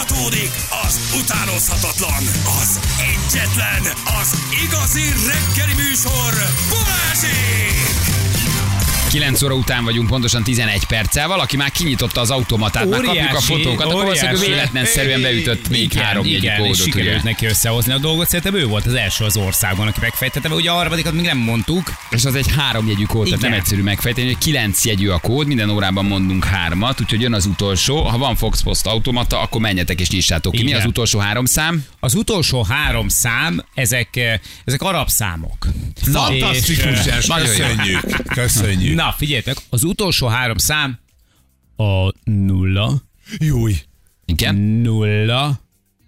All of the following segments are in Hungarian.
Folytatódik az utánozhatatlan, az egyetlen, az igazi reggeli műsor, Balázsék! 9 óra után vagyunk, pontosan 11 perccel. Valaki már kinyitotta az automatát, már kapjuk a fotókat, akkor valószínűleg véletlenszerűen beütött még 3 jegyű kódot. Sikerült neki összehozni a dolgot, szerintem ő volt az első az országban, aki megfejtette, ugye a harmadikat még nem mondtuk. És az egy 3 jegyű kód, tehát nem egyszerű megfejteni, hogy 9 jegyű a kód, minden órában mondunk 3-at, úgyhogy jön az utolsó. Ha van Fox Post automata, akkor menjetek és nyissátok ki. Mi az utolsó 3 szám? Az utolsó 3 szám, ezek arab számok. Fantasztikus, köszönjük. Na, figyeljetek, az utolsó 3 szám a 0. Júj. Igen? 0.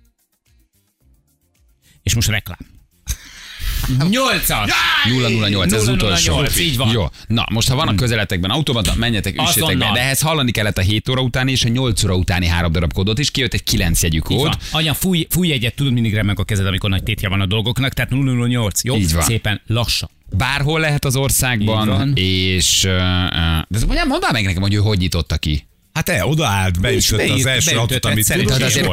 És most reklám. 8-as! 008, ez az utolsó. 008, így van. Jó. Na, most ha van a közeletekben automata, menjetek, üssétek be. De ehhez hallani kellett a 7 óra utáni és a 8 óra utáni 3 darab kódot is. Kijött egy 9 jegyű kód. Anya, fúj egyet, tudod, mindig remek a kezed, amikor nagy tétje van a dolgoknak, tehát 008. Jó? Így van. Szépen lassan. Bárhol lehet az országban, és... de mondd meg nekem, hogy ő hogy nyitotta ki. Hát odaállt, beütött az első autót, amit tudod. Tehát azért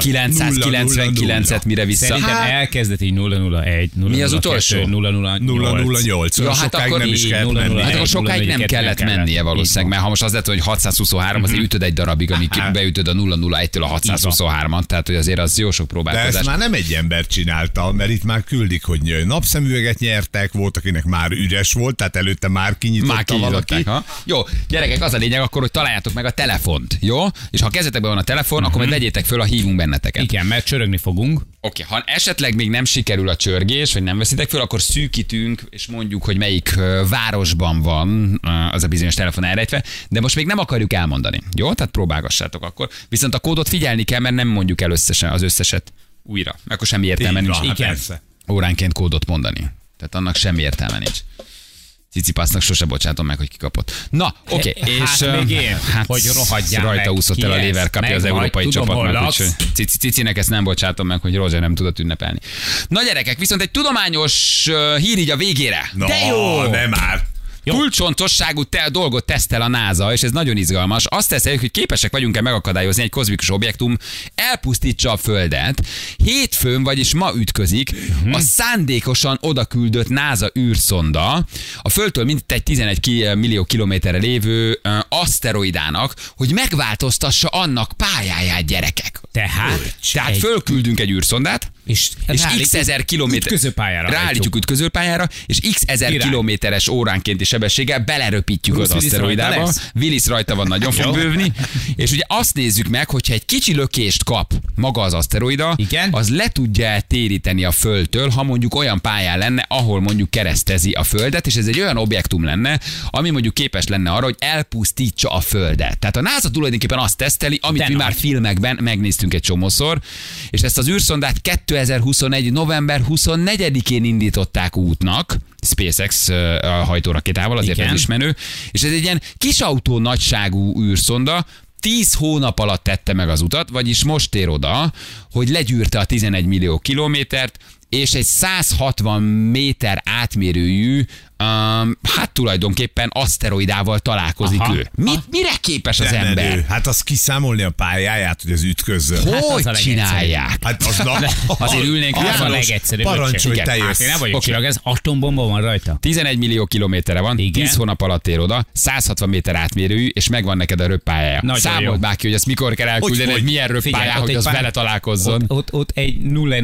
999-et mire vissza. Szerintem elkezdett így 001, 002, mi az utolsó? 008. Ja, hát akkor nem is kellett menni. Hát akkor sokáig nem kellett mennie valószínűleg, mert ha most az lett, hogy 623, azért ütöd egy darabig, amíg beütöd a 001-től a 623-at, tehát hogy azért az jó sok próbálkozás. De ezt már nem egy ember csinálta, mert itt már küldik, hogy napszemüveget nyertek, volt, akinek már üres volt, tehát előtte már kinyitotta valaki. Jó, gyerekek, az a lényeg akkor, hogy találjátok meg a telefont. Jó? És ha a kezetekben van a telefon, akkor majd vegyétek föl, ha hívunk benneteket. Igen, mert csörögni fogunk. Oké, ha esetleg még nem sikerül a csörgés, vagy nem veszitek föl, akkor szűkítünk, és mondjuk, hogy melyik városban van az a bizonyos telefon elrejtve, de most még nem akarjuk elmondani. Jó? Tehát próbálgassátok akkor. Viszont a kódot figyelni kell, mert nem mondjuk el az összeset újra. Mert akkor semmi értelme nincs. Igen. Óránként kódot mondani. Tehát annak semmi értelme nincs. Cicipásznak sose bocsátom meg, hogy kikapott. Na, oké. És még én, hogy rohadjál rajta meg. úszott el a Lever Cup-ja az európai csapatnak, úgyhogy Cicinek ezt nem bocsátom meg, hogy Roger nem tudott ünnepelni. Na gyerekek, viszont egy tudományos hír így a végére. No, de jó! Nem már. Kulcsfontosságú dolgot tesztel a NASA, és ez nagyon izgalmas. Azt teszeljük, hogy képesek vagyunk-e megakadályozni egy kozmikus objektum elpusztítsa a Földet. Hétfőn, vagyis ma ütközik a szándékosan odaküldött NASA űrszonda a Földtől mintegy 11 millió kilométerre lévő aszteroidának, hogy megváltoztassa annak pályáját, gyerekek. Tehát fölküldünk egy űrszondát, és x ezer kilométer ráállítjuk ütközőpályára, és x ezer kilométeres óránkénti sebességgel beleröpítjük az aszteroidába. Willis rajta van, nagyon fog bővni. És ugye azt nézzük meg, hogyha egy kicsi lökést kap maga az aszteroida, az le tudja téríteni a Földtől, ha mondjuk olyan pályán lenne, ahol mondjuk keresztezi a Földet, és ez egy olyan objektum lenne, ami mondjuk képes lenne arra, hogy elpusztítsa a Földet. Tehát a NASA tulajdonképpen azt teszteli, amit mi már filmekben megnéztünk egy csomószor, és ezt az űrszondát 2021. november 24-én indították útnak, SpaceX hajtórakétával, azért ez is menő, és ez egy ilyen kis autó nagyságú űrszonda, 10 hónap alatt tette meg az utat, vagyis most ér oda, hogy legyűrte a 11 millió kilométert, és egy 160 méter átmérőjű, hát tulajdonképpen aszteroidával találkozik ő. Mire képes az ember? Hát az kiszámolni a pályáját, hogy az ütközzön. Hogy csinálják? Hát azért ülnénk. Az a legegyszerűbb. Parancsolj, te jössz. Én nem vagyok csillag, ez atombomba van rajta. 11 millió kilométerre van, 10 hónap alatt ér oda, 160 méter átmérőjű, és megvan neked a röppályája. Számold már ki, hogy ezt mikor kell elküldeni, hogy milyen röppályá, hogy az vele találkozzon. Ott egy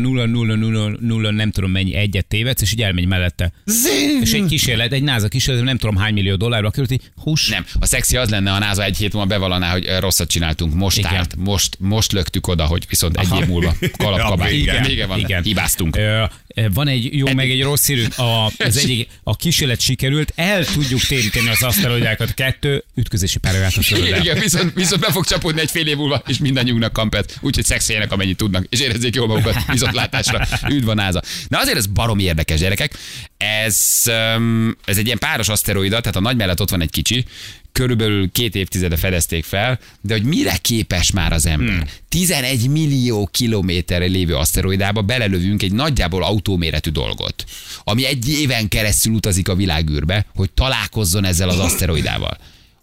0,000 nem tudom mennyi egyet tévedsz, és így elmegy mellette. És egy kísérlet, egy NASA kísérlet, nem tudom hány millió dollárba került, hús. Nem, a szexi az lenne, a NASA egy hét múlva bevallaná, hogy rosszat csináltunk, most állt, most löktük oda, hogy viszont egy év múlva kalapkabály. Vége van, hibáztunk. Van egy jó, meg egy rossz hírünk. A kísérlet sikerült, el tudjuk téríteni az aszteroidákat, 2 ütközési pályát a Földre. Igen, viszont be fog csapódni egy fél év múlva, és mindannyiunknak kampet, úgyhogy szexeljenek amennyit tudnak, és érezzék jól magukat viszontlátásra. Üdv a NASA. Na azért ez baromi érdekes, gyerekek. Ez egy ilyen páros aszteroida, tehát a nagy mellett ott van egy kicsi, körülbelül 2 évtizede fedezték fel, de hogy mire képes már az ember? 11 millió kilométerre lévő aszteroidába belelövünk egy nagyjából autóméretű dolgot, ami egy éven keresztül utazik a világűrbe, hogy találkozzon ezzel az aszteroidával.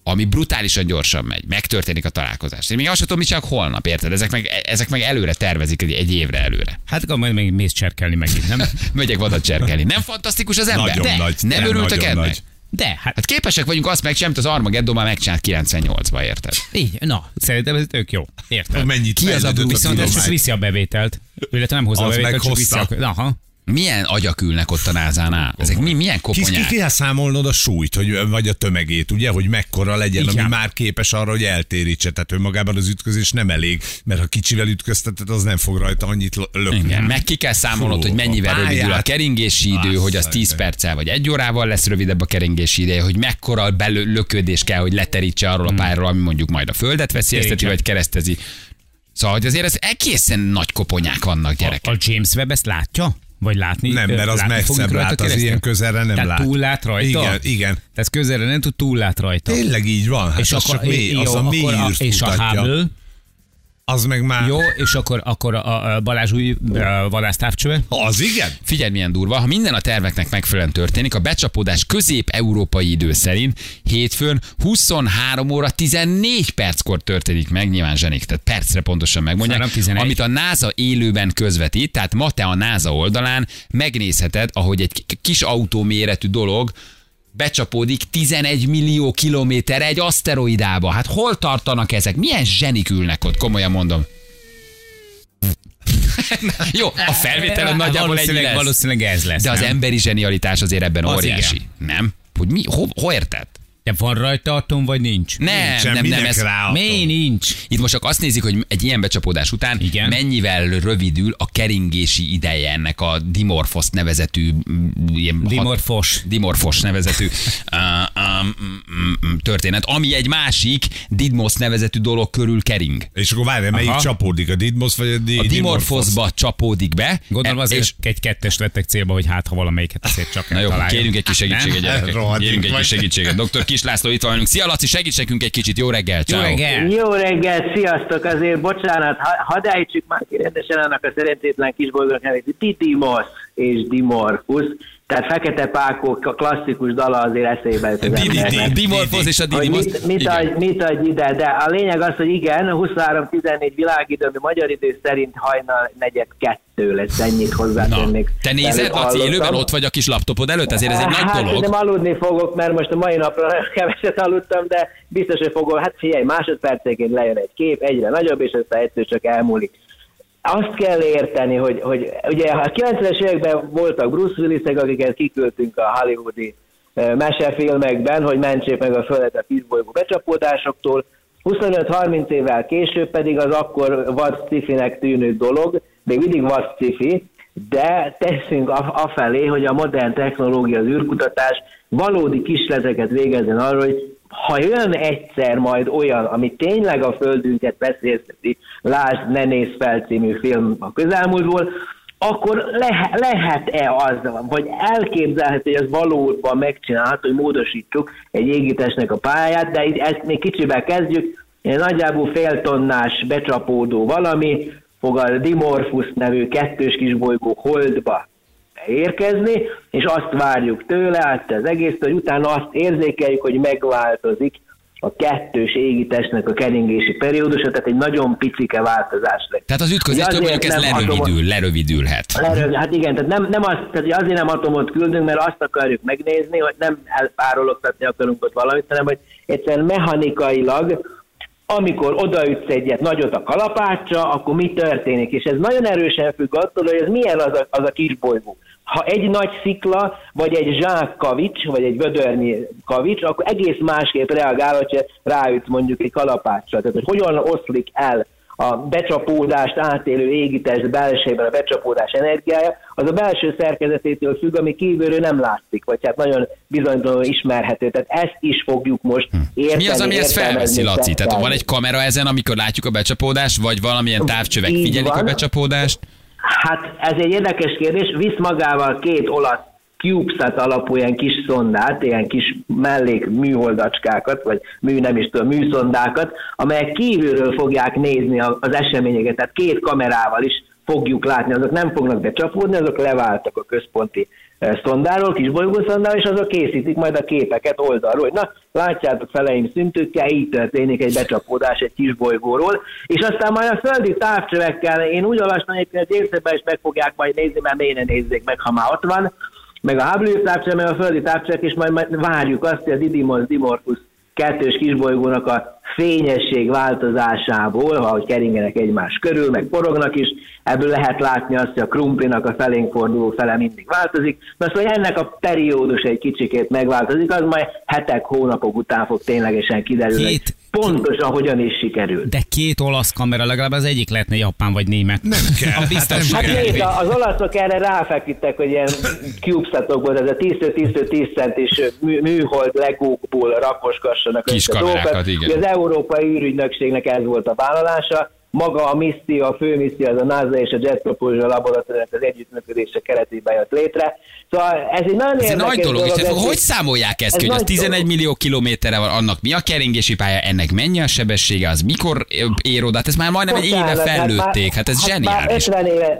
ami brutálisan gyorsan megy, megtörténik a találkozás. Én még azt sem tudom, mi csak holnap, érted? Ezek meg előre tervezik, egy évre előre. Hát akkor majd még mész cserkelni megint, nem? Megyek vadat cserkelni. Nem fantasztikus az ember? Nagyon nagy. Nem örültök nagyon ennek? nagy. De, hát Hát képesek vagyunk azt megcsinálni, amit az Armageddon már megcsinált 98-ba, érted? így, na, szerintem ez tök jó. Érted? Mennyit Ki az a fejlődött Viszont ez csak tudomány. viszi a bevételt. Illetve nem hozza a Az bevételt, meg csak viszi hozta. Aha. Milyen agyak ülnek ott a názánál? Ezek milyen Ki koponyák? kell számolnod a súlyt, vagy a tömegét, ugye, hogy mekkora legyen, Igen. ami már képes arra, hogy eltérítse. Tehát önmagában az ütközés nem elég, mert ha kicsivel ütközteted, az nem fog rajta annyit lökni. Igen, meg ki kell számolnod, Fú, hogy mennyivel a pályát. rövidül a keringési idő, hogy az 10 perccel vagy 1 órával lesz rövidebb a keringési ideje, hogy mekkora löködés kell, hogy leterítse arról a pályáról, ami mondjuk majd a földet veszélyezteti, Igen. vagy keresztezi. Szóval, hogy azért ez egészen nagy koponyák vannak, gyerekek. A James Webb ezt látja? Vagy látni? Nem, mert az látni messzebb fogjuk rajta lát, az keresztül? ilyen közelre nem Tehát lát. túllát rajta? Igen, igen. Tehát közelre nem tud, túllát rajta. Tényleg így van. Hát És az akkor, csak mély, az a mély űrt és a mutatja. Hubble, Az meg már... jó, és akkor a Balázs új vadásztávcsöve. Az igen? Figyelj, milyen durva, ha minden a terveknek megfelelően történik, a becsapódás közép-európai idő szerint hétfőn 23 óra 14 perckor történik meg, nyilván zsenik, tehát percre pontosan megmondják, 3:11. amit a NASA élőben közvetít, tehát ma te a NASA oldalán megnézheted, ahogy egy kis autóméretű dolog becsapódik 11 millió kilométerre egy aszteroidába. Hát hol tartanak ezek? Milyen zsenik ülnek ott, komolyan mondom. Jó, a felvételen nagyjából ennyi lesz. Valószínűleg ez lesz. De az nem? emberi zsenialitás azért ebben Az óriási. Nem? Hogy mi? Hol érted? De van rajta atom, vagy nincs? Nem, ez... Miért nincs? Itt most csak azt nézik, hogy egy ilyen becsapódás után Igen. mennyivel rövidül a keringési ideje ennek a Dimorphos nevezetű Dimorphos nevezetű történet, ami egy másik Didymos nevezetű dolog körül kering. És akkor várj, melyik Aha. csapódik? A Didymos vagy a A Dimorphosba csapódik be. Gondolom azért és egy kettest vettek célba, hogy hát ha valamelyiket azért csak na jó, eltalálja. kérjünk egy kis segítséget, gyerekek. Rohadjunk Kérjünk egy vagy. kis segítséget. Dr. Kis László itt van velünk. Szia Laci, segíts nekünk egy kicsit. Jó reggel, Jó ciao. reggel! Jó reggel, sziasztok! Azért bocsánat, hadd ejtsük már ki rendesen annak a szerencsétlen kisbolygónak nevét, Didymos és Dimorphos. Tehát Fekete Pákó a klasszikus dala azért eszébe jut az embernek. Dimorphos és a Hogy Didymos. mit adj ide, de a lényeg az, hogy igen, 23-14 világidő, ami magyar idő szerint hajnal 1:02 lesz, ennyit hozzátennék. Te nézed, Laci, élőben ott vagy a kis laptopod előtt, ezért ez egy nagy Hát dolog. nem aludni fogok, mert most a mai napra nagyon keveset aludtam, de biztos, hogy fogom. Hát figyelj, másodpercenként lejön egy kép, egyre nagyobb, és aztán egyszer csak elmúlik. Azt kell érteni, hogy ugye a 90-es években voltak Bruce Willisek, akiket kiküldtünk a hollywoodi mesefilmekben, hogy mentsék meg a földet a kisbolygó becsapódásoktól. 25-30 évvel később pedig az akkor vad sci-finek tűnő dolog, még mindig vad sci-fi, de teszünk afelé, hogy a modern technológia, az űrkutatás valódi kísérleteket végezzen arra, hogy ha jön egyszer majd olyan, ami tényleg a földünket veszélyezteti, lásd, Ne nézz fel című film a közelmúltból, akkor lehet-e az, vagy elképzelhető, hogy az valóban megcsinálható, hogy módosítsuk egy égitestnek a pályát, de itt ezt még kicsivel kezdjük, egy nagyjából fél tonnás becsapódó valami fog a Dimorphos nevű kettős kisbolygó Holdba érkezni, és azt várjuk tőle, hát az egész, hogy utána azt érzékeljük, hogy megváltozik a kettős égitestnek a keringési periódusa, tehát egy nagyon picike változás lesz. Tehát az ütközéstől mondjuk ez lerövidülhet. Hát igen, tehát tehát azért nem atomot küldünk, mert azt akarjuk megnézni, hogy nem elpárologtatni akarunk ott valamit, hanem hogy egyszerűen mechanikailag, amikor odaütsz egyet nagyot a kalapáccsal, akkor mi történik? És ez nagyon erősen függ attól, hogy ez milyen az a kisbolygó. Ha egy nagy szikla, vagy egy zsák kavics, vagy egy vödörnyi kavics, akkor egész másképp reagál, hogyha ráütsz mondjuk egy kalapáccsal. Tehát, hogy hogyan oszlik el a becsapódást átélő égitest belsejében a becsapódás energiája, az a belső szerkezetétől függ, ami kívülről nem látszik, vagy hát nagyon bizonytalanul ismerhető. Tehát ezt is fogjuk most érteni. Mi az, ami ezt felveszi, Laci? Tehát tettelni. van egy kamera ezen, amikor látjuk a becsapódást, vagy valamilyen távcsövek Így figyelik van. a becsapódást? Hát ez egy érdekes kérdés. Visz magával két olasz CubeSat alapú ilyen kis szondát, ilyen kis mellék műholdacskákat, vagy műszondákat, amelyek kívülről fogják nézni az eseményeket, tehát két kamerával is fogjuk látni, azok nem fognak becsapódni, azok leváltak a központi szondáról, kisbolygó szondáról, és azok készítik majd a képeket oldalról. Na, látjátok feleim szüntőkkel, így történik egy becsapódás egy kisbolygóról, és aztán majd a földi távcsövekkel, én úgy olvastam egyébként, hogy James-ben is meg fogják majd nézni, mert miért ne nézzék meg, ha már ott van, meg a Hubble távcsöve, meg a földi távcsövek, és majd várjuk azt, hogy a Didymos Dimorphos kettős kisbolygónak a fényesség változásából, ahogy keringenek egymás körül, meg porognak is, ebből lehet látni azt, hogy a krumplinak a felénk forduló fele mindig változik, de szóval ennek a periódus egy kicsikét megváltozik, az majd hetek, hónapok után fog ténylegesen kiderülni, hogy pontosan hogyan is sikerül. De 2 olasz kamera, legalább az egyik lehetne japán vagy német. Nem kell. A biztos. Hát nézd, az olaszok erre ráfeküdtek, hogy ilyen CubeSatokból, ez a 10x10 centis műhold legókból rakoskassanak kis kamerákat, igen. Az Európai űrügynökségnek ez volt a vállalása. Maga a misszió, a főmisszió, az a NASA és a Jet Propulsion Laboratóriumnak az együttműködése keretében jött létre. Szóval ez egy nagyon érdekes nagy dolog. Hogy számolják ezt ki, hogy az 11 dolog. millió kilométerre van, annak mi a keringési pálya, ennek mennyi a sebessége, az mikor ér oda? Hát ezt már majdnem egy éve fellőtték, hát ez zseniális.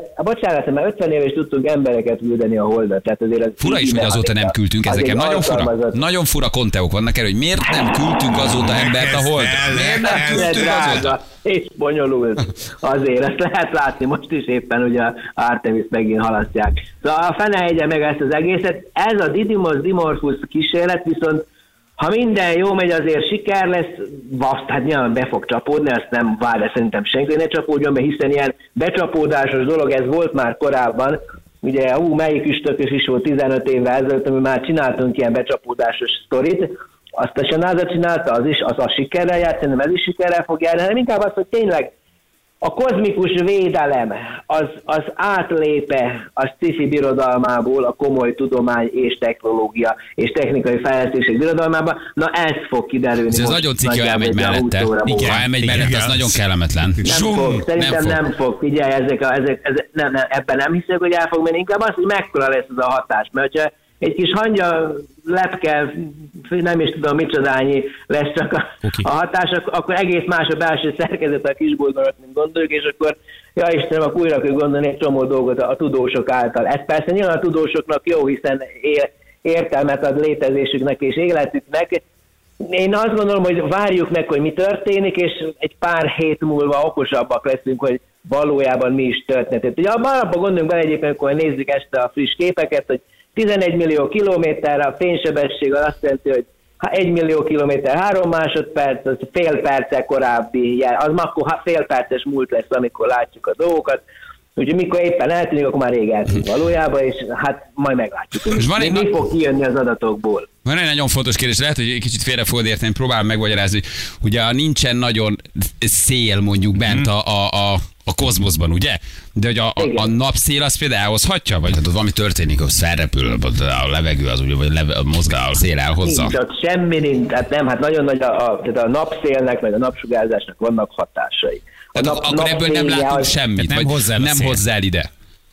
Már 50 éve is tudtunk embereket küldeni a Holdra. Tehát azért az fura is, hogy azóta nem küldtünk ezeket. Nagyon fura konteók vannak erre, hogy miért nem küldtünk azóta embert a Holdra. Miért nem küldtünk azóta? És bonyolult. Azért, ezt lehet látni, most is éppen ugye a Artemis megint halasztják. Szóval a fene egye meg ezt az egészet. Ez a Didymos Dimorphos kísérlet viszont, ha minden jó megy, azért siker lesz, hát nyilván be fog csapódni, azt nem vár, de szerintem senki ne csapódjon be, hiszen ilyen becsapódásos dolog, ez volt már korábban. Ugye, melyik üstökös is volt 15 évvel ezelőtt, ami már csináltunk ilyen becsapódásos sztorit, azt a NASA csinálta, az a sikerrel járt, szerintem ez is sikerrel fog járni, hanem inkább az, hogy tényleg a kozmikus védelem az átlépe a sci-fi birodalmából a komoly tudomány és technológia és technikai fejlesztések birodalmába. Na ez fog kiderülni. Ez nagyon ciki, ha elmegy mellette. Igen, ha elmegy mellette, az nagyon kellemetlen. Szerintem nem fog. Figyelj, ebben nem hiszek, hogy el fog menni. Inkább az, hogy mekkora lesz ez a hatás. Mert ha egy kis hangya lepke, nem is tudom micsodányi lesz csak a hatás, akkor egész más a belső szerkezet a kisbolygónak, mint gondoljuk, és akkor, ja Istenem, akkor újra kell gondolni egy csomó dolgot a tudósok által. Ez persze nyilván a tudósoknak jó, hiszen értelmet ad létezésüknek és életüknek. Én azt gondolom, hogy várjuk meg, hogy mi történik, és egy pár hét múlva okosabbak leszünk, hogy valójában mi is történt. Ugye abban gondoljunk bele egyébként, amikor nézzük este a friss képeket, hogy 11 millió kilométerre a fénysebesség az azt jelenti, hogy 1 millió kilométer 3 másodperc, az fél perccel korábbi jel. Az akkor fél perces múlt lesz, amikor látjuk a dolgokat. Úgyhogy mikor éppen eltűnik, akkor már rég eltűnik valójában, és hát majd meglátjuk, hogy mi fog kijönni az adatokból. Van egy nagyon fontos kérdés, lehet, hogy egy kicsit félre fogod érteni, próbálom megmagyarázni, hogy ugye nincsen nagyon szél mondjuk bent a kozmoszban, ugye? De hogy a napszél az például elhozhatja? Vagy hát valami történik, hogy felrepül, a levegő az, ugye, vagy mozgál, a szél elhozza? Nincs ott semmi, nincs, hát nem, hát nagyon nagy tehát a napszélnek, meg a napsugárzásnak vannak hatásai. Akkor ebből nem látunk semmit, vagy nem hozzá el ide?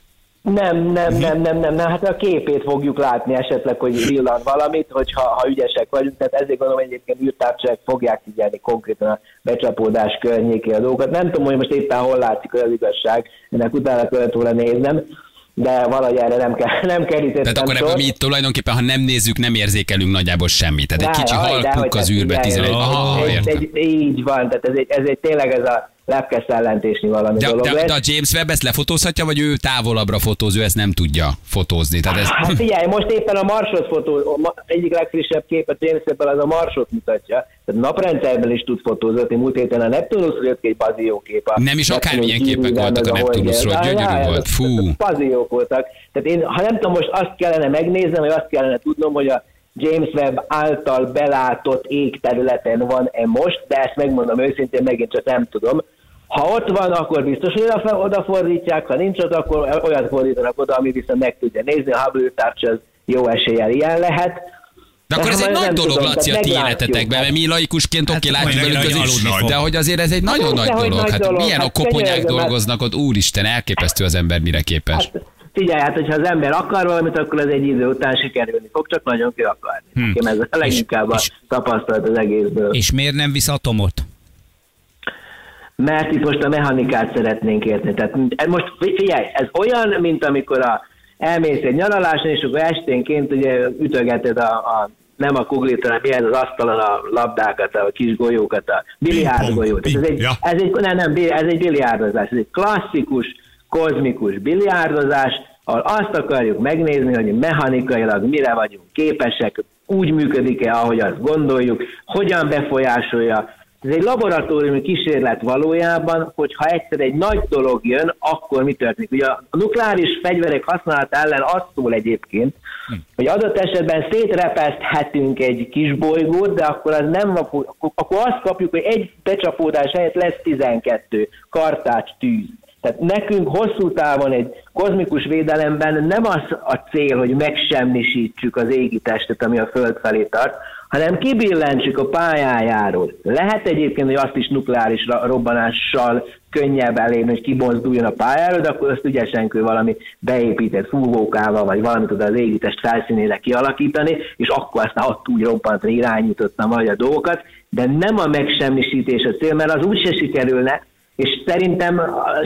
Nem, hát a képét fogjuk látni esetleg, hogy villan valamit, ha ügyesek vagyunk, tehát ezért gondolom, hogy egyébként űrtávcsövek fogják figyelni konkrétan a becsapódás környéké a dolgokat. Nem tudom, hogy most éppen hol látszik, hogy az igazság, ennek utána kellett volna néznem, de valahogy erre nem kerítettem. Tehát akkor ebből mi tulajdonképpen, ha nem nézzük, nem érzékelünk nagyjából semmit. Tehát egy kicsi halkuk az űrbe 11. Így van, tehát ez egy tényleg ez a lepkeszellentésnyi valami dolog lesz. De a James Webb ezt lefotózhatja, vagy ő távolabbra fotóz, ő ezt nem tudja fotózni? Tehát ez... Hát figyelj, most éppen a Marsot egyik legfrissebb kép a James Webb-el az a Marsot mutatja. Tehát naprendszerben is tud fotózni. Múlt héten a Neptunusról jött ki egy pazió kép. Nem is akármilyen képek voltak a Neptunusról, gyönyörű volt. Fú. Paziók voltak. Tehát én, ha nem tudom, most azt kellene megnéznem, vagy azt kellene tudnom, hogy a James Webb által belátott égterületen van-e most, de ezt megmondom őszintén, megint csak nem tudom. Ha ott van, akkor biztos, hogy odafordítják, ha nincs ott, akkor olyat fordítanak oda, ami viszont meg tudja nézni. A Hubble távcső az jó eséllyel ilyen lehet. De akkor ez egy nagy dolog, Laci, a ti életetekben, mert mi laikusként oké, látjuk velük, de hogy azért ez egy nagyon nagy dolog. Hát milyen a koponyák dolgoznak ott, úristen, elképesztő az ember mire képes. Figyelj, hát hogyha az ember akar valamit, akkor az egy idő után sikerülni fog, csak nagyon kell akarni. Ez a leginkább a tapasztalat az egészből. És miért nem visz atomot? Mert itt most a mechanikát szeretnénk érteni. Tehát most figyelj, ez olyan, mint amikor a elmész egy nyaraláson, és akkor esténként ugye ütögeted nem a kuglit, hanem milyen az asztalon a labdákat, a kis golyókat, a biliárdgolyót. Ez egy biliárdozás, ez egy klasszikus, kozmikus biliárdozás, ahol azt akarjuk megnézni, hogy mechanikailag mire vagyunk képesek, úgy működik-e, ahogy azt gondoljuk, hogyan befolyásolja. Ez egy laboratóriumi kísérlet valójában, hogyha egyszer egy nagy dolog jön, akkor mi történik. Ugye a nukleáris fegyverek használat ellen azt szól egyébként, hogy adott esetben szétrepeszthetünk egy kis bolygót, de akkor az nem, akkor azt kapjuk, hogy egy becsapódás helyett lesz 12 kartács tűz. Tehát nekünk hosszú távon egy kozmikus védelemben nem az a cél, hogy megsemmisítsük az égi testet, ami a Föld felé tart, hanem kibillentsük a pályájáról. Lehet egyébként, hogy azt is nukleáris robbanással könnyebb elérni, hogy kibozduljon a pályáról, de akkor azt ügyesen kell valami beépített fúvókával, vagy valamit oda az égitest felszínére kialakítani, és akkor aztán ott úgy robbantra irányítottam majd a dolgokat, de nem a megsemmisítés a cél, mert az úgyse sikerülne, és szerintem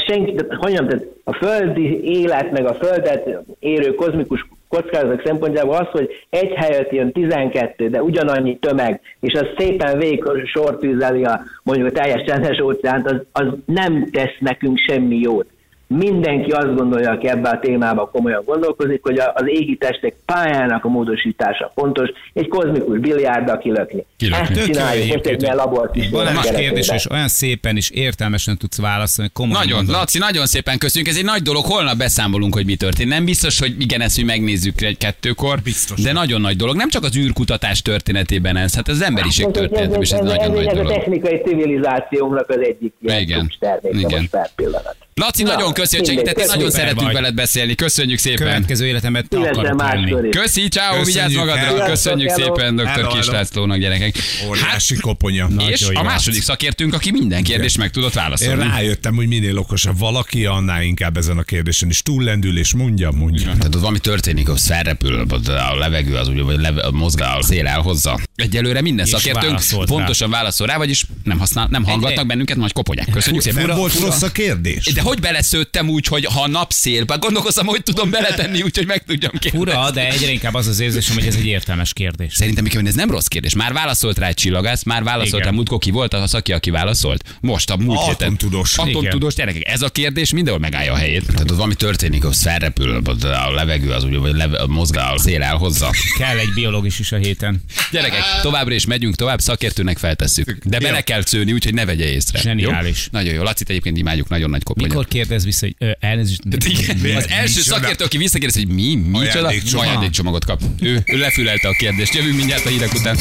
a földi élet, meg a földet érő kozmikus kockázatok szempontjából az, hogy egy helyet jön 12, de ugyanannyi tömeg, és az szépen végig sortűzeli mondjuk a teljes csendes óceánt, az nem tesz nekünk semmi jót. Mindenki azt gondolja, aki ebben a témában komolyan gondolkozik, hogy az égi testek pályának a módosítása fontos, egy kozmikus biliárddal kilökni. Ezt csináljuk, most egy ilyen labort is. Balázs kérdés, és olyan szépen és értelmesen tudsz válaszolni. Nagyon, Laci, nagyon szépen köszönjük. Ez egy nagy dolog, holnap beszámolunk, hogy mi történt. Nem biztos, hogy igen, ezt mi megnézzük egy 2-kor, de nagyon nagy dolog. Nem csak az űrkutatás történetében ez, hát az emberiség történetében is ez nagyon nagy dolog. Ez a technikai civilizációnak az egyik ilyen terméke most per pillanat. Laci, nagyon köszönjük, hogy segítettél, nagyon szeretünk veled beszélni. Köszönjük szépen. Következő életemben te akarok lenni. Köszi, ciao, vigyázz magadra. Köszönjük szépen dr. Kiss Lászlónak, gyerekek. Óriási koponya. És a második szakértőnk, aki minden kérdést meg tudott válaszolni. Én rájöttem, hogy minél okosabb valaki, annál inkább ezen a kérdésen is túllendül, és mondja. Tehát ott valami történik, az felrepül, a levegő, az úgy, vagy mozgál, a szél elhozza. Egyelőre minden szakértőnk pontosan válaszol rá, vagyis nem hallgatnak bennünket nagy koponyák. Köszönjük szépen. Nem volt rossz a kérdés. De hogy beleszőttem úgy, hogy ha a napszél, gondolkoztam, hogy tudom beletenni úgy, hogy meg tudjam kérdezni. Fura, de egyre inkább az az érzésem, hogy ez egy értelmes kérdés. Szerintem ez nem rossz kérdés. Már válaszolt rá egy csillagász, már válaszolt rá múltkor, ki volt az, aki válaszolt. Most a múlt héten. Atomtudós gyerekek. Ez a kérdés mindenhol megállja a helyét. Tehát ott valami történik, az felrepül, a levegő, az úgy, vagy mozgál, a szél elhozza. Kell egy biológus is a héten. Gyerekek, továbbra is megyünk tovább, szakértőnek feltesszük. De bele kell szőni, úgyhogy ne vegye észre. Zseniális. Jó? Nagyon jó. Lacit egyébként imádjuk, nagyon nagy koponya. Mikor kérdez vissza, hogy elnézést. Az első szakértő, aki visszakérdez, hogy micsoda, ajándékcsomagot kap. Ő lefülelte a kérdést. Jövünk mindjárt a hírek után.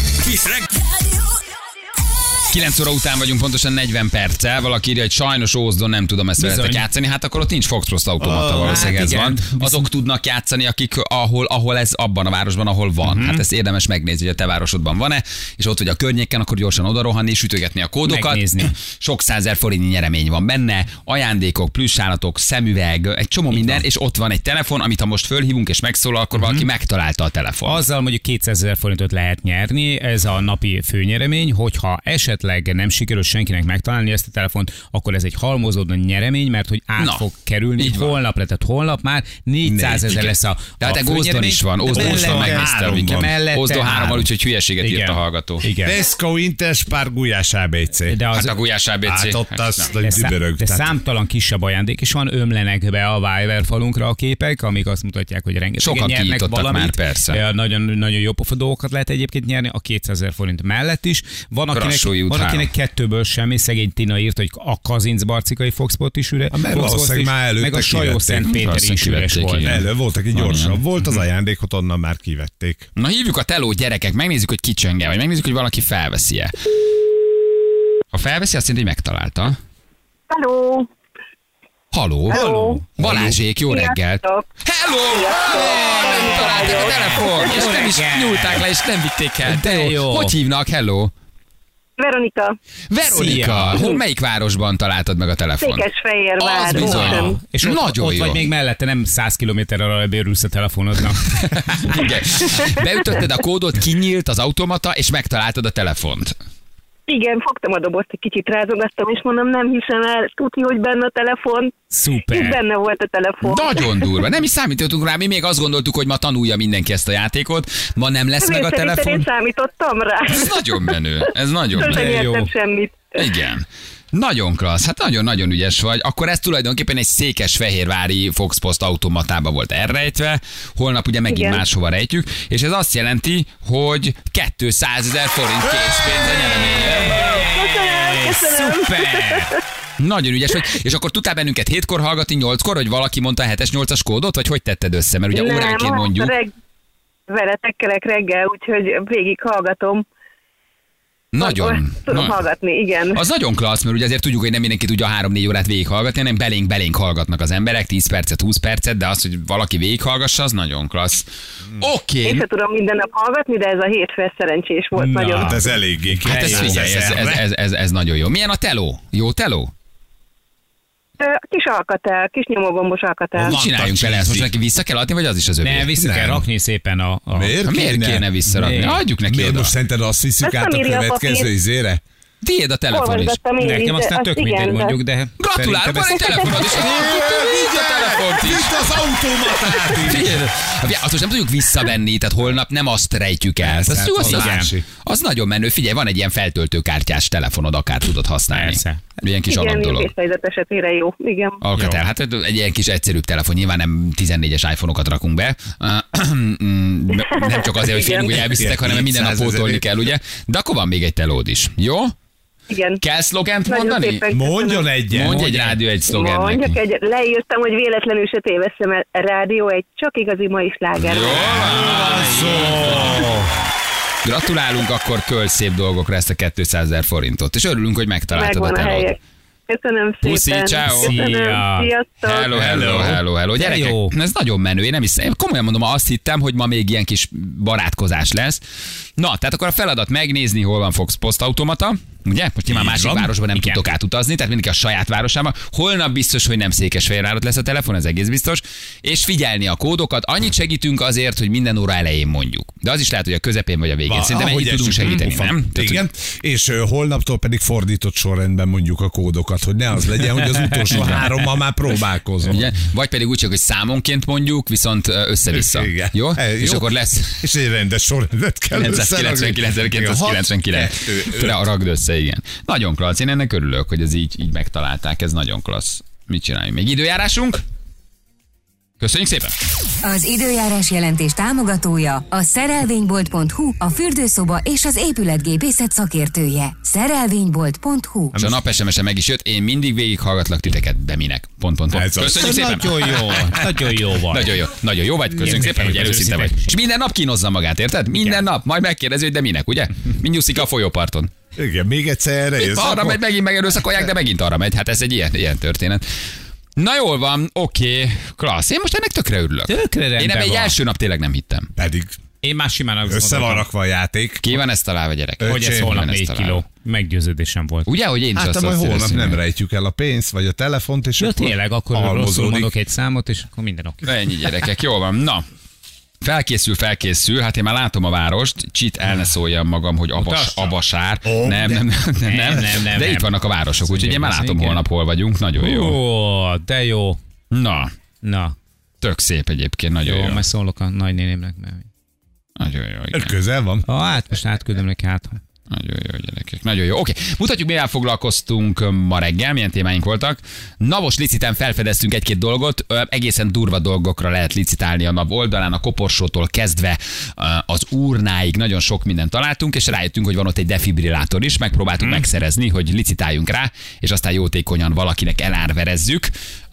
9 óra után vagyunk, pontosan 40 perccel. Valaki írja, hogy sajnos Ózdon nem tudom ezt veletek játszani. Hát akkor ott nincs Foxtrot automata, valószínűleg ez van. Azok tudnak játszani, akik ahol ez abban a városban, ahol van. Hát ezt érdemes megnézni, hogy a te városodban van-e, és ott vagy a környéken, akkor gyorsan oda rohanni és ütögetni a kódokat. Megnézni. Sok százezer forintnyi nyeremény van benne, ajándékok, plüssállatok, szemüveg, egy csomó minden, és ott van egy telefon, amit ha most fölhívunk és megszólal, akkor valaki megtalálta a telefon. Azzal mondjuk 200 000 forintot lehet nyerni, ez a napi főnyeremény, hogyha esetleg nem sikerül senkinek megtalálni ezt a telefont, akkor ez egy halmozódó nyeremény, mert hogy át fog kerülni holnapra, tehát holnap már 400 000 lesz a de hát Ózdon is van, Ózdon is van, megnéztem. Ózdon 3-val, úgyhogy hülyeséget írt a hallgató. Tesco, Interspar, Gulyás ABC. Hát a Gulyás ABC. Hát ott azt dübörög. De számtalan kisebb ajándék is van, ömlenek be a Viber falunkra a képek, amik azt mutatják, hogy rengetegen nyernek valamit. Már, persze. Nagyon, nagyon jó pofa dolgokat lehet egyébként nyerni, a 200 000 forint mellett is. Van, akinek kettőből semmi, szegény Tina írt, hogy a Kazincbarcikai Foxpot is üres. Meg a Sajó-Szentpéter is üres volt. Volt, aki gyorsabb volt, az ajándékot onnan már kivették. Na hívjuk a teló, gyerekek, megnézzük, hogy kicsönge, vagy megnézzük, hogy valaki felveszi-e. Ha felveszi, azt jelenti, hogy megtalálta. Halló. Balázsék, jó reggelt. Hello! Nem találták a telefon, és nem is nyúlták le, és nem vitték el. De jó. Hogy hívnak? Hello? Veronika. Melyik városban találtad meg a telefon? Székesfehérvár. Az bizony. És nagyon ott jó. vagy még mellette, nem 100 kilométerrel bérülsz a telefonodnak. Igen. Beütötted a kódot, kinyílt az automata, és megtaláltad a telefont. Igen, fogtam a dobozt, egy kicsit rázogattam, és mondom, nem hiszem el, tudni, hogy benne a telefon. Szuper. És benne volt a telefon. Nagyon durva. Nem is számítottunk rá, mi még azt gondoltuk, hogy ma tanulja mindenki ezt a játékot. Ma nem lesz meg a telefon. Én számítottam rá. Ez nagyon menő. Ez nagyon menő. Nem értem semmit. Igen. Nagyon klassz, hát nagyon-nagyon ügyes vagy. Akkor ez tulajdonképpen egy székesfehérvári Fox Post automatába volt elrejtve, holnap ugye megint máshova rejtjük, és ez azt jelenti, hogy 200 000 forint készpénz a nyereménye. Köszönöm. Szuper. Nagyon ügyes vagy. És akkor tudtál bennünket 7-kor hallgatni, 8-kor, hogy valaki mondta a 7-es, 8-as kódot, vagy hogy tetted össze? Mert ugye óránként mondjuk. Veletek kelek reggel, úgyhogy végig hallgatom. Nagyon. Tudom hallgatni, igen. Az nagyon klassz, mert ugye azért tudjuk, hogy nem mindenki tudja 3-4 órát végighallgatni, hanem belénk hallgatnak az emberek, 10 percet, 20 percet, de az, hogy valaki végighallgassa, az nagyon klassz. Oké. Én sem tudom minden nap hallgatni, de ez a hétfő szerencsés volt nagyon. Hát ez eléggé. Hát ez figyelj, ez nagyon jó. Milyen a teló? Jó teló? Kis alkatel, kis nyomógombos alkatel. Mit csináljunk vele ezt? Most neki vissza kell adni, vagy az is az övé? Ne, vissza kell rakni szépen a... Miért kéne visszarakni? Adjuk neki Miért oda. most szerinted azt visszük át a következő izére? Tiéd a telefon is. Nekem aztán tök mindegy mondjuk, de... Gratulálok, van egy telefonod is. Vidd a telefont is. Vidd az automatát is. Figyelj, azt most nem tudjuk visszavenni, tehát holnap nem azt rejtjük el. Az nagyon menő. Figyelj, van egy ilyen feltöltőkártyás telefonod, akár tudod használni. Persze. Ilyen kis alap dolog. Igen, vészhelyzet esetére jó. Igen. Alcatel, hát egy ilyen kis egyszerűbb telefon, nyilván nem 14-es iPhone-okat rakunk be. Nem csak azért, hogy félünk, hogy elviszitek, hanem minden nap pótolni kell, ugye? De akkor van még egy telód is. Jó? Igen. Kell szlogent mondani? Mondjon egyet. Mondj egy rádió egy szlogent neki. Mondjak egy, leírtam, hogy véletlenül se téveszem el. Rádió egy csak igazi mai sláger. Jó van szó. Gratulálunk, akkor költs szép dolgokra ezt a 200 000 forintot. És örülünk, hogy megtaláltad a telót. Köszönöm szépen. Puszi, ciao. Szia. Sziasztok. Hello. Gyerekek, ez nagyon menő. Én komolyan mondom, azt hittem, hogy ma még ilyen kis barátkozás lesz. Na, tehát akkor a feladat megnézni, hol van Fox Post automata. Ugye? Most nyilván másik városban nem tudtok átutazni, tehát mindenki a saját városában. Holnap biztos, hogy nem Székesfehérváron lesz a telefon, ez egész biztos. És figyelni a kódokat. Annyit segítünk azért, hogy minden óra elején mondjuk. De az is lehet, hogy a közepén vagy a végén. Szerintem ennyit tudunk segíteni, nem? Igen. És holnaptól pedig fordított sorrendben mondjuk a kódokat, hogy ne az legyen, hogy az utolsó hárommal már próbálkozom. Igen. Vagy pedig úgy csak, hogy számonként mondjuk, viszont össze-vissza. Igen. Jó? És akkor lesz. És egy rendes sorrendet kell 999.999. Ragd össze, igen. Nagyon klassz, én ennek örülök, hogy ez így megtalálták, ez nagyon klassz. Mit csináljunk? Még időjárásunk? Köszönjük szépen! Az időjárás jelentés támogatója a szerelvénybolt.hu, a fürdőszoba és az épületgépészet szakértője. Szerelvénybolt.hu. És a nap SMS-e meg is jött, én mindig végighallgatlak titeket, de minek? Köszönjük szépen! Nagyon jó vagy. Nagyon jó vagy, köszönjük szépen, hogy előszinte vagy. És minden nap kínozza magát, érted? Minden nap, majd megkérdezi, hogy de minek, ugye? Mind nyuszik a folyóparton. Igen, még egyszer erre jössz. Arra megy, megint megerőszakolják, de megint arra megy. Hát ez egy ilyen történet. Na jól van, oké, klassz. Én most ennek tökre örülök. Én egy első nap tényleg nem hittem. Pedig én már simán össze van rakva a játék. Ki van ezt találva, gyerek? Hogy ez holnap 4 kiló. Meggyőződésem volt. Ugye, hogy én is hát azt majd holnap nem rejtjük el a pénzt, vagy a telefont, és ja, akkor tényleg, akkor rosszul mondok egy számot, és akkor minden oké. Ennyi, gyerekek, jól van. Na, felkészül, hát én már látom a várost, csit el ne szóljam magam, hogy Abasár. Nem. De itt vannak a városok, úgyhogy én már látom holnap hol vagyunk, nagyon jó. Ó, de jó. Na. Tök szép egyébként, nagyon jó. Majd szólok a nagynénémnek. Nagyon jó, igen. Közel van. Hát most átküldöm neki hát. Nagyon jó, gyerekek. Nagyon jó. Oké, mutatjuk, mivel foglalkoztunk ma reggel, milyen témáink voltak. Navos licitán felfedeztünk egy-két dolgot, egészen durva dolgokra lehet licitálni a NAV oldalán, a koporsótól kezdve az urnáig nagyon sok mindent találtunk, és rájöttünk, hogy van ott egy defibrillátor is, megpróbáltuk megszerezni, hogy licitáljunk rá, és aztán jótékonyan valakinek elárverezzük.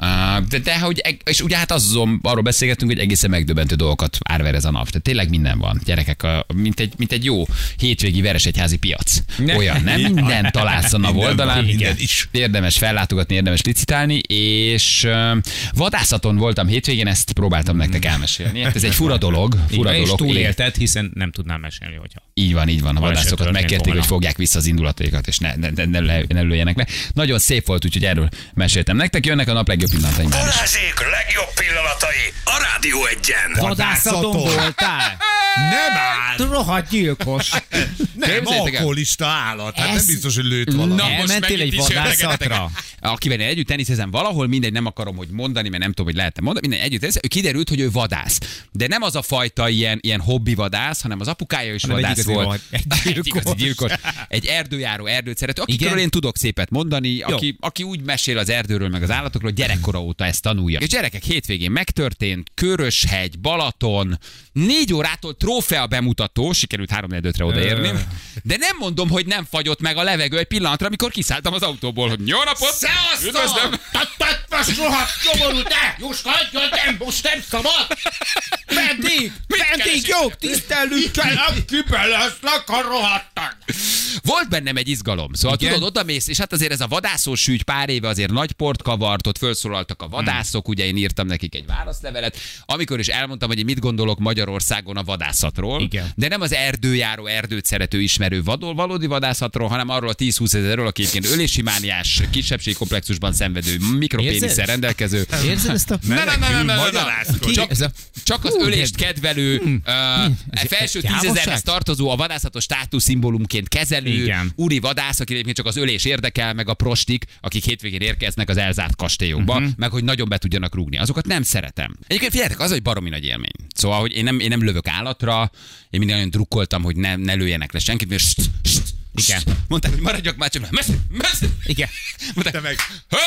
És ugye hát arról beszélgettünk, hogy egészen megdöbbentő dolgokat árverez a NAV. Tehát tényleg minden van, gyerekek, mint egy jó hétvégi Veresegyházi piac. Olyan, nem minden találsz a NAV oldalán. Érdemes fellátogatni, érdemes licitálni, és vadászaton voltam hétvégén, ezt próbáltam nektek elmesélni. Hát ez egy fura dolog. És túlélted, hiszen nem tudnám mesélni, hogyha... Így van. A vadászokat megkérték, hogy fogják vissza az indulataikat, és ne lőjenek le. Nagyon szép volt, úgyhogy erről meséltem nektek. Jönnek a nap legjobb pillanatai. Balázsék legjobb pillanatai a Rádió Egyen. Vadászaton voltál? Nem áll! Rohadt gyilkos. Nem, alkoholista állat. Hát nem biztos, hogy lőtt valami. Na, most Elmentél megint egy is vadászatra? Akivel én együtt teniszezem valahol, mindegy, nem akarom, hogy mondani, mert nem tudom, hogy lehet-e mondani, mindegy, együtt teniszezem, kiderült, hogy ő vadász. De nem az a fajta ilyen hobbi vadász, hanem az apukája is vadász volt. Egy igazi gyilkos. Egy erdőjáró, erdőt szerető, akikről én tudok szépet mondani, aki úgy mesél az erdőről, meg az állatokról, hogy gyerekkora óta ezt tanulja. És gyerekek, hétvégén megtörtént, Köröshegy, Balaton, 4 órától trófea bemutató, sikerült 3-4-5-re odaérni, de nem mondom, hogy nem fagyott meg a levegő egy pillanatra, amikor kiszálltam az autóból, hogy jó napot! Üdvözlöm! Most rohadt nyomorú, te! Juska, most nem szabad! Meddig jogtisztelők kell, kibeleznek a rohadtak! Volt bennem egy izgalom. Szóval tudod, odamész, és hát azért ez a vadászós ügy pár éve azért nagy port kavart, ott felszólaltak a vadászok, ugye én írtam nekik egy válaszlevelet, amikor is elmondtam, hogy én mit gondolok Magyarországon a vadászatról, igen. De nem az erdőjáró, erdőt szerető ismerő valódi vadászatról, hanem arról a 10-20 ezerről, aki egyébként ölési mániás, kisebbségkomplexusban szenvedő, mikropénisszel rendelkező. Érzed ezt a... Csak az ölést kedvelő, felső 10 000-hez tartozó, a vadászatos státuszszimbólumként kezelő, igen. Úri vadász, aki egyébként csak az ölés érdekel, meg a prostik, akik hétvégén érkeznek az elzárt kastélyokba, meg hogy nagyon be tudjanak rúgni. Azokat nem szeretem. Egyébként figyeljetek, az, hogy baromi nagy élmény. Szóval, hogy én nem lövök állatra, én mindig nagyon drukkoltam, hogy ne lőjenek le senkit, mert igen. Mondták, hogy maradjak már csak, messze. Igen. Mondták, meg,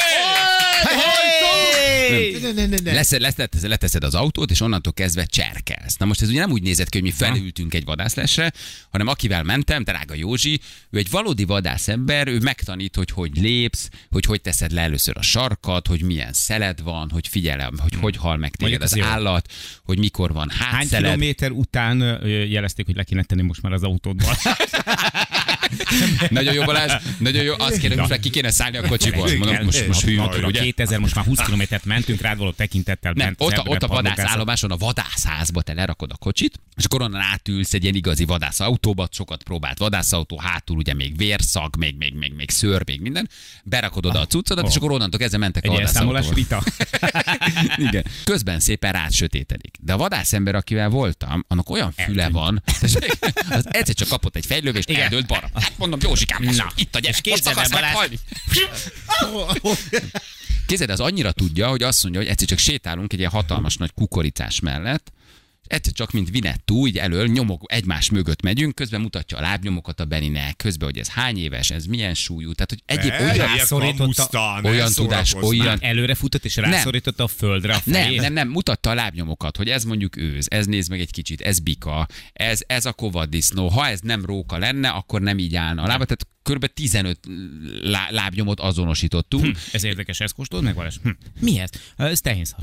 leteszed az autót, és onnantól kezdve cserkelsz. Na most ez ugye nem úgy nézett ki, hogy mi felültünk egy vadászlesre, hanem akivel mentem, drága Józsi, ő egy valódi vadászember, ő megtanít, hogy lépsz, hogy teszed le először a sarkat, hogy milyen szeled van, hogy figyelem, hogy hal meg téged az állat, hogy mikor van hátszeled. Hány kilométer után jelezték, hogy le kéne tenni most már az autódból? Nagyon jó, Balázs, nagyon jó. Azt kérem, most már ki kéne szállni a kocsiból. Mondom, most hű motor, ugye? 2000, most már 20 kilométert mentünk, rád való tekintettel. Nem, ott a vadászállomáson, a vadászházba te lerakod a kocsit, és akkor onnan átülsz egy ilyen igazi vadászautóba, sokat próbált vadászautó, hátul ugye még vérszag, még szőr, még minden. Berakod oda a cuccodat, és akkor onnantól kezdve mentek a vadászautóval. Vita. Igen. Közben szépen rátsötétedik. De a vadászember, akivel voltam, annak olyan füle van, az egyszer csak kapott egy fejlővést, eldőlt balra. Hát mondom, Józsikám, itt a gyerek, most akarsz meghalni. Kézed, az annyira tudja, hogy azt mondja, hogy egyszer csak sétálunk egy ilyen hatalmas nagy kukoricás mellett, egyszer csak, mint Vinettú, így elől nyomok, egymás mögött megyünk, közben mutatja a lábnyomokat a Beninek, közben, hogy ez hány éves, ez milyen súlyú, tehát, hogy egyéb olyan tudás, olyan... Előre futott és rászorította a földre a fejét. Nem, mutatta a lábnyomokat, hogy ez mondjuk őz, ez néz meg egy kicsit, ez bika, ez a kovaddisznó, ha ez nem róka lenne, akkor nem így állna a lába, tehát kb. 15 lábnyomot azonosítottunk. Ez érdekes, ezt kóstolod meg, Balázs? Mi ez? Ez tehénszar.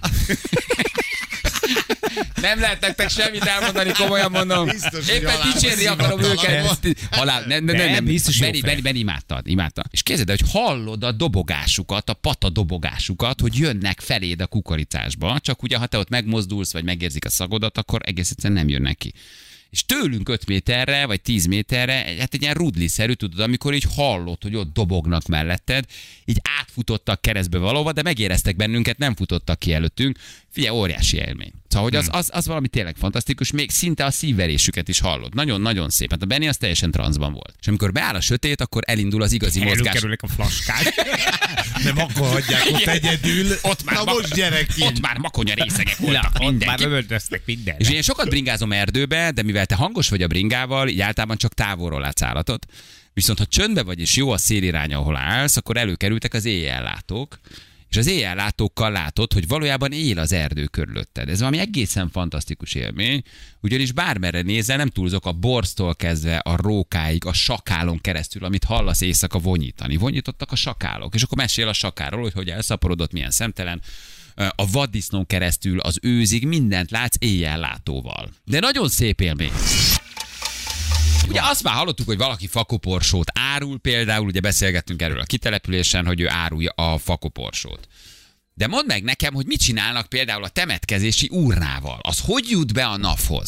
Nem lehet nektek semmit elmondani, komolyan mondom. Éppen dicsérni akarom őket. Nem. Beni imádta. És képzeld, hogy hallod a dobogásukat, a pata dobogásukat, hogy jönnek feléd a kukoricásba, csak ugye, ha te ott megmozdulsz, vagy megérzik a szagodat, akkor egész egyszerűen nem jönnek ki. És tőlünk 5 méterre, vagy 10 méterre, hát egy ilyen rudliszerű, tudod, amikor így hallod, hogy ott dobognak melletted, így átfutottak keresztbe valóban, de megéreztek bennünket, nem futottak ki előttünk. Figyelj, óriási élmény. Szóval, hogy az valami tényleg fantasztikus, még szinte a szívverésüket is hallod. Nagyon-nagyon szép. Hát a Benni az teljesen transzban volt. És amikor beáll a sötét, akkor elindul az igazi mozgás. Előkerülnek a flaskák. Nem akkor hagyják ott egyedül. Ott már makonya részegek voltak. Ott már lövöldöztek minden. És én sokat bringázom erdőbe, de mivel te hangos vagy a bringával, így általában csak távolról látsz állatot. Viszont ha csöndbe vagy és jó a szélirány, ahol állsz, akkor előkerültek az éjjellátók. És az éjjellátókkal látod, hogy valójában él az erdő körülötted. Ez valami egészen fantasztikus élmény, ugyanis bármerre nézel, nem túlzok, a borztól kezdve a rókáig, a sakálon keresztül, amit hallasz éjszaka vonyítani. Vonyítottak a sakálok, és akkor mesél a sakáról, hogy elszaporodott, milyen szemtelen, a vaddisznón keresztül, az őzig, mindent látsz éjjellátóval. De nagyon szép élmény. Ugye azt már hallottuk, hogy valaki fakoporsót árul, például, ugye beszélgettünk erről a kitelepülésen, hogy ő árulja a fakoporsót. De mondd meg nekem, hogy mit csinálnak például a temetkezési urnával. Az hogy jut be a NAV-hoz?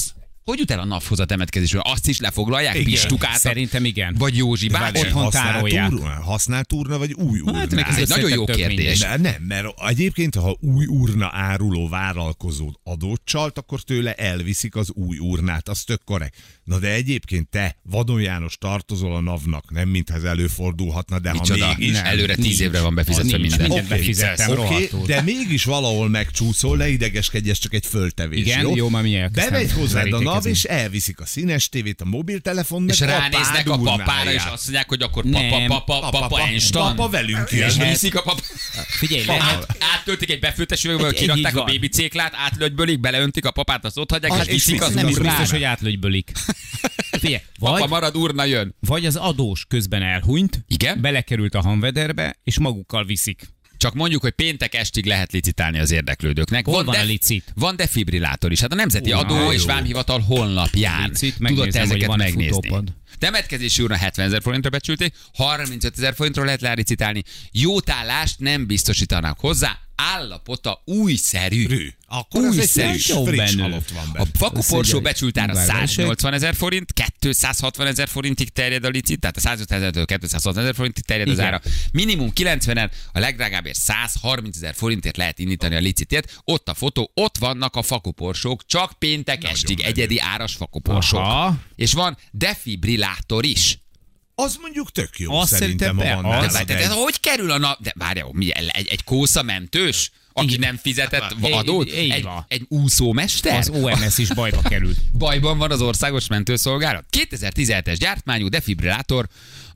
Hogy jut el a NAV-hoz a temetkezésről? Azt is lefoglalják? Igen. Pistukát? Szerintem igen. Vagy Józsi bácsi? Otthon tárolják. Használt urna, vagy új urna? Hát, Ez egy nagyon jó tök kérdés. mindegy. Nem, mert egyébként, ha új urna áruló vállalkozó adót csalt, akkor tőle elviszik az új urnát, az tök korrekt. Na de egyébként te, Vadon János, tartozol a NAV-nak, nem mintha ez előfordulhatna, de Micsoda? ha mégis... Előre 10 évre van befizetve Nincs, minden. mindent befizettem, rohadtul. de mégis valahol megcsúszol, ne idegeskedj, ez csak egy föltevés. Igen, jó, már mindjárt Bemegy aztán hozzád a NAV, verítékezünk. és elviszik a színes tévét, a mobiltelefon, meg És ránéznek a apád papára, és urnáját. azt mondják, hogy akkor Nem. papa Einstein. Papa velünk jön. És viszik a papa. Figyelj, lehet. Áttöltik egy befőttes üvegből, Így kirakták a van. bébi céklát, átlögybölik, beleöntik a papát, azt ott hagyják, és és viszik az Nem is biztos, urnára. hogy átlögybölik. Figyelj, Papa marad, urna jön. vagy az adós közben elhunyt, Igen? belekerült a hanvederbe, és magukkal viszik. Csak mondjuk, hogy péntek estig lehet licitálni az érdeklődőknek. Hol van a licit? Van defibrillátor is. Hát a Nemzeti Ó, Adó és jó. Vámhivatal honlapján Licit, tudod te megnézem, hogy ezeket van-e megnézni. futópad. Temetkezési úrna 70 000 forintra becsülték, 35 000 forintról lehet lelicitálni. Jótállást nem biztosítanak hozzá, állapota újszerű. Akkor az egy Újszerű. friss Benne. halott van A benne. fakuporsó becsültára Vágások. 180 000 forint, 260 000 forintig terjed a licit, tehát a 150 000-től 260 000 forintig terjed az Igen. ára. Minimum 90-en, a legdrágábbért 130 000 forintért lehet indítani a licitért. Ott a fotó, ott vannak a fakuporsók, csak péntek estig egyedi áras fakuporsók. Aha. És van defibrillátor is. Az mondjuk tök jó, Azt szerintem, ha szerintem van be- nálad az- De egy- hogy kerül a nap? De várjál, mi, egy kósza mentős? Aki Igen. nem fizetett Így- adót? így van. Egy úszómester? Az OMS is bajba került. Bajban van az országos mentőszolgálat. 2017-es gyártmányú defibrillátor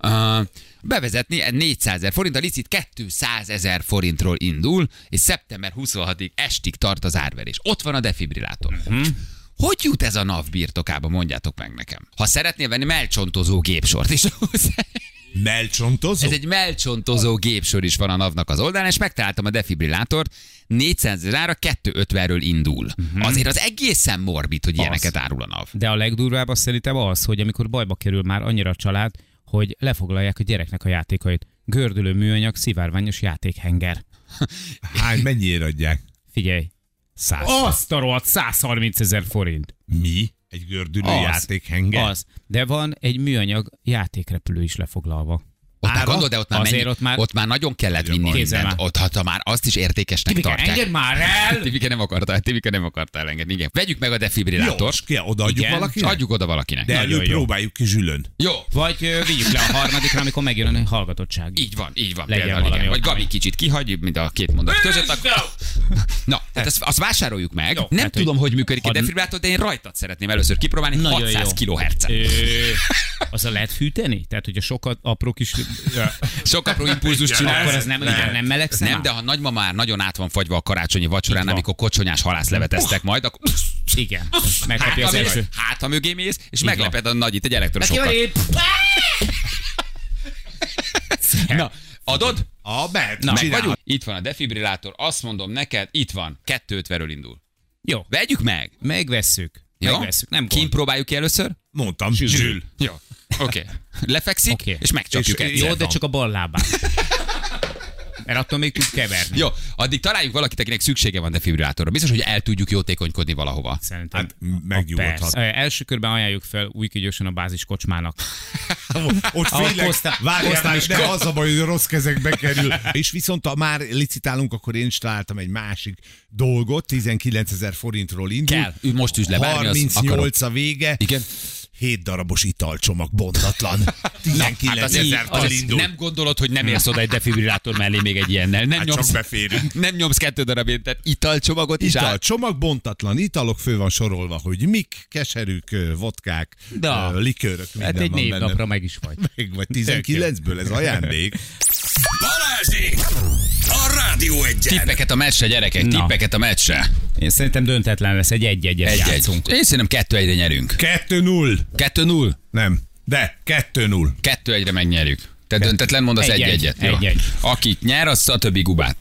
bevezetni 400 000 forint, a licit 200 000 forintról indul, és szeptember 26-ig estig tart az árverés. Ott van a defibrillátor. Hogy jut ez a NAV birtokába, mondjátok meg nekem. Ha szeretnél venni mellcsontozó gépsort is. Mellcsontozó? Ez egy mellcsontozó gépsor is van a NAV-nak az oldalán, és megtaláltam a defibrillátort, 400 000-ra 250-ről indul. Azért az egészen morbid, hogy ilyeneket árul a NAV. De a legdurvább azt szerintem az, hogy amikor bajba kerül már annyira a család, hogy lefoglalják a gyereknek a játékait. Gördülő műanyag, szivárványos játékhenger. Mennyire adják? Figyelj. 100. Azt a rohadt 130 000 forint. Mi? Egy gördülő Az. játékhenger? Az. De van egy műanyag játékrepülő is lefoglalva. Ott már Ára? gondolod, de ott már, Azért ott már nagyon kellett vinni Kézzel mindent. már. Ott, ha már azt is értékesnek Tibike, tartják. engedd már el! Tibike nem akarta elengedni. Igen. Vegyük meg a defibrillátort. Jó, odaadjuk Igen. valakinek? Adjuk oda valakinek. De Nagyon előbb jó. próbáljuk ki zsülön. Jó. Vagy vigyük le a harmadikra, amikor megjön a hallgatottság. Így van. Legyen Például, valami igen. Vagy ott. Gabi kicsit kihagy, mint a két mondat között. Na, tehát azt vásároljuk meg. Jó, Nem hát, tudom, hogy működik a ad- defibrillátor, de én rajtad szeretném először kipróbálni. Nagyon 600 jó. kHz-en. Azzal lehet fűteni? Tehát, hogyha sokat apró kis... Sok apró impulzus csinál. Akkor ez nem melegszel? Nem, de ha nagymama már nagyon át van fagyva a karácsonyi vacsorán, Így van. amikor kocsonyás halászlevet esztek majd, akkor Igen. Megkapja az első. hát, ha mögé mész, és Így megleped a nagyit egy elektrosokkal. Na, adod? Na, Meg vagyunk? Itt van a defibrillátor, azt mondom neked, itt van, 250-ről indul. Jó. Vegyük meg! Megvesszük. Jó? Megvesszük. Nem Kint gond. próbáljuk ki először? Mondtam, zsül. Jó. Oké. Lefekszik, Oké. és megcsapjuk És- egyszer. Jó, de csak a bal lábán. Mert attól még tud keverni. Jó, addig találjuk valakit, akinek szüksége van defibrillátorra. Biztos, hogy el tudjuk jótékonykodni valahova. Szerintem. Hát megnyugodhat. Persze. Első körben ajánljuk fel újkigyorsan a bázis kocsmának. Ott Ahol félek, Kosztá- várjál, Kosztán is de az a baj, hogy rossz kezekbe kerül. És viszont ha már licitálunk, akkor én is találtam egy másik dolgot, 19 000 forintról indul. Kell. Most üsd le, bármi az 38 a vége. Igen. 7 darabos italcsomag bontatlan. 19 Hát azért, 000-től azért indul. nem gondolod, hogy nem érsz oda egy defibrillátor mellé még egy ilyennel. Nem Hát nyomsz, csak beférünk. nem nyomsz 2 darabért, tehát italcsomagot is áll. Italcsomag, bontatlan italok, fő van sorolva, hogy mik, keserűk, vodkák, Da. likőrök, minden Hát egy van névnapra benne. meg is vagy. Meg vagy 19-ből, ez ajándék. Balázsék! A Rádió Egyen! Tippeket a meccsre, gyerekek, Na. tippeket a meccsre. Én szerintem döntetlen lesz, egy 1-1-et játszunk. Én szerintem 2-1-re nyerünk. 2-0. 2-0? Nem, de 2-0. 2-1-re megnyerjük. Te döntetlen mondasz 1-1-et. Jó. 1-1. Aki nyer, az a többi gubát.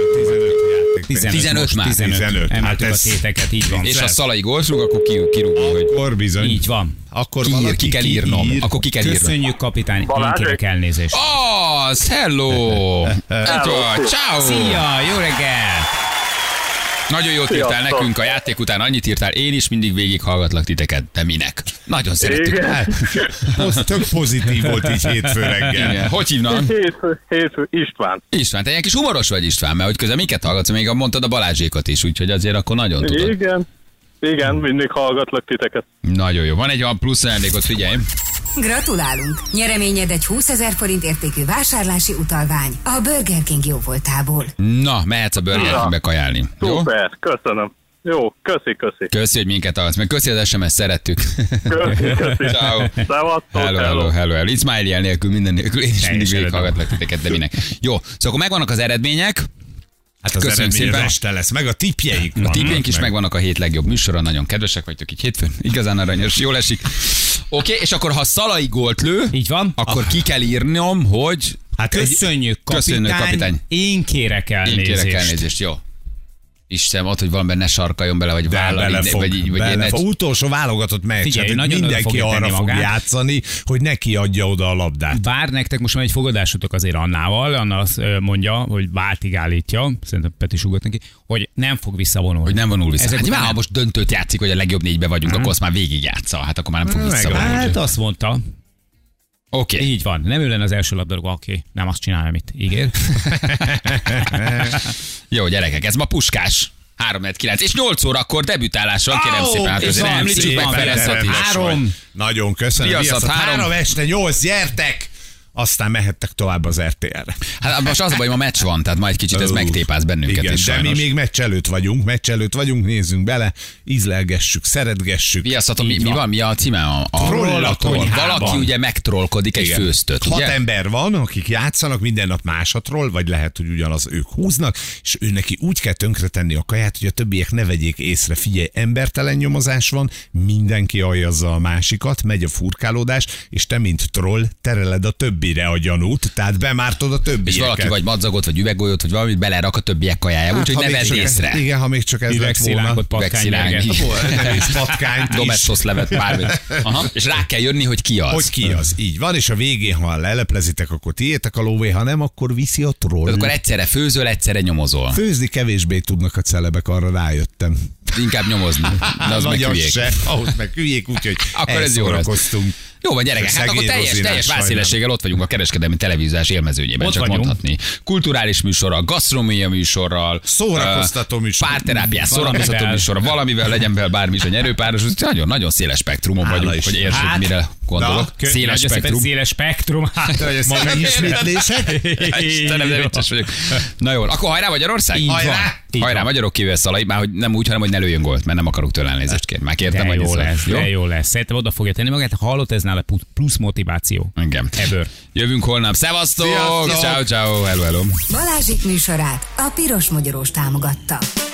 15 most, már. 15. Emeltük Hát a ez- téteket, így van. És ha Szalai gólsrúg, akkor kirúgunk, hogy Akkor bizony. Így van. Akkor ki, valaki ki kell írnom. ír. Akkor ki kell írnom. Köszönjük, kapitány. Én kérek elnézést. Az, hello! Itt vagy, ciao! Szia, jó reggel! Nagyon jót írtál nekünk, a játék után annyit írtál, én is mindig végig hallgatlak titeket, de minek? Nagyon szeretjük. Tök pozitív volt így hétfő reggel. Igen. Hogy hívnak? Hétfő István. István, te ilyen kis humoros vagy, István, mert hogy közben miket hallgatsz, még mondtad a Balázsékot is, úgyhogy azért akkor nagyon tudod. Igen, mindig hallgatlak titeket. Nagyon jó. Van egy olyan plusz ajándékot, figyelj. Gratulálunk! Nyereményed egy 20 000 forint értékű vásárlási utalvány a Burger King jóvoltából. Na, mehetsz a Burger Kingbe kajálni. Szuper, köszönöm. Jó, köszi. Köszi, hogy minket hallgatsz, meg köszi az SMS, szerettük. Köszi. Ciao. Szevasztok. Hello. Itt smiley nélkül, minden nélkül, én is mindig végig hallgatlak titeket, de minek. Jó, szóval akkor megvannak az eredmények. Hát az köszönöm eredmény szépen. este lesz, meg a tippjeik vannak. A tippjeink is megvannak a hét legjobb műsora, nagyon kedvesek vagytok így hétfőn, igazán aranyos, jól esik. Oké, és akkor ha Szalai gólt lő, így van, akkor ki kell írnom, hogy... Hát köszönjük, kapitány. Én kérek elnézést. Jó. Isten, ott, hogy valamiben ne sarkaljon bele, vagy vállalni, vagy utolsó válogatott meccs, figyelj, hát, mindenki arra fog játszani, hogy neki adja oda a labdát. Bár nektek most már egy fogadásotok azért Annával, Anna azt mondja, hogy váltig állítja, szerintem Peti sugat neki, hogy nem fog visszavonulni. Hogy nem vonul vissza. Hát ha most döntőt játszik, hogy a legjobb négybe vagyunk, akkor azt már végig játsza, hát akkor már nem fog visszavonulni. Hát azt mondta. Oké. Így van. Nem ő lenne az első labdarúgó, oké. Nem azt csinálja, amit ígér. Jó, gyerekek, ez ma Puskás. 3-9 és 8 órakor debütálással, kérem szépen. Hát azért említsük meg Ferenc Attilát. 3. Nagyon köszönöm. Viaszat 3 este 8, gyertek! Aztán mehettek tovább az RTL-re. Hát most az a baj, ma meccs van, tehát majd kicsit ez megtépáz bennünket igen, is de sajnos. mi még meccs előtt vagyunk, nézzünk bele, ízlelgessük, szeretgessük. Viaszat, mi van? Mi a címe? A troll. Valaki ugye megtrollkodik egy főztőt. 6 ember van, akik játszanak, minden nap más a troll, vagy lehet, hogy ugyanaz ők húznak, és ő neki úgy kell tönkretenni a kaját, hogy a többiek ne vegyék észre. Figyelj, embertelen nyomozás van, mindenki aljazza a másikat, megy a furkálódás, és te, mint troll, tereled a többire a gyanút, tehát bemártod a többieket. És valaki vagy madzagot, vagy üveggolyót, vagy valamit belerak a többiek kajájába, úgyhogy ne vedd észre. Igen, ha még csak ez lett volna. Üvegszilánk. Nem is patkányt is. Domestos levet, bármit. És rá kell jönni, hogy ki az. Hogy ki az, így van, és a végén, ha leleplezitek, akkor tiétek a lóvé, ha nem, akkor viszi a troll. Tehát akkor egyszerre főzöl, egyszerre nyomozol. Főzni kevésbé tudnak a celebek, arra rájöttem. Inkább nyomozni. De az meg hülyék. Ahhoz meg hülyék, úgyhogy akkor ez jó lesz. Jó van, gyerekek, hát akkor teljes válszélességgel ott vagyunk a kereskedelmi televíziós élmezőnyében, ott csak vagyunk. Mondhatni. Kulturális műsorral, gasztronómia műsorral, szórakoztató műsorral, párterápiás, szórakoztató műsorral, valamivel legyen belőle bármi is a nyerőpáros, nagyon széles spektrumon vagyunk, hogy értsük, mire gondolok. Széles spektrum. Széles spektrum. Ma megismétlések? Istenem, de vicces vagyok. Na jó, akkor hajrá Magyarország? Hajrá Magyarok kívül Szalai, már hogy nem úgy, hanem hogy ne lőjön gólt, mert nem akarok tőle elnézést kérni. Már kértem, hogy jó lesz. Szerintem oda fogja tenni magát, hallott, ez nála plusz motiváció. Igen. Jövünk holnap. Szevasztok! Ciao, ciao, hello. Balázsik műsorát a Piros Magyarós támogatta.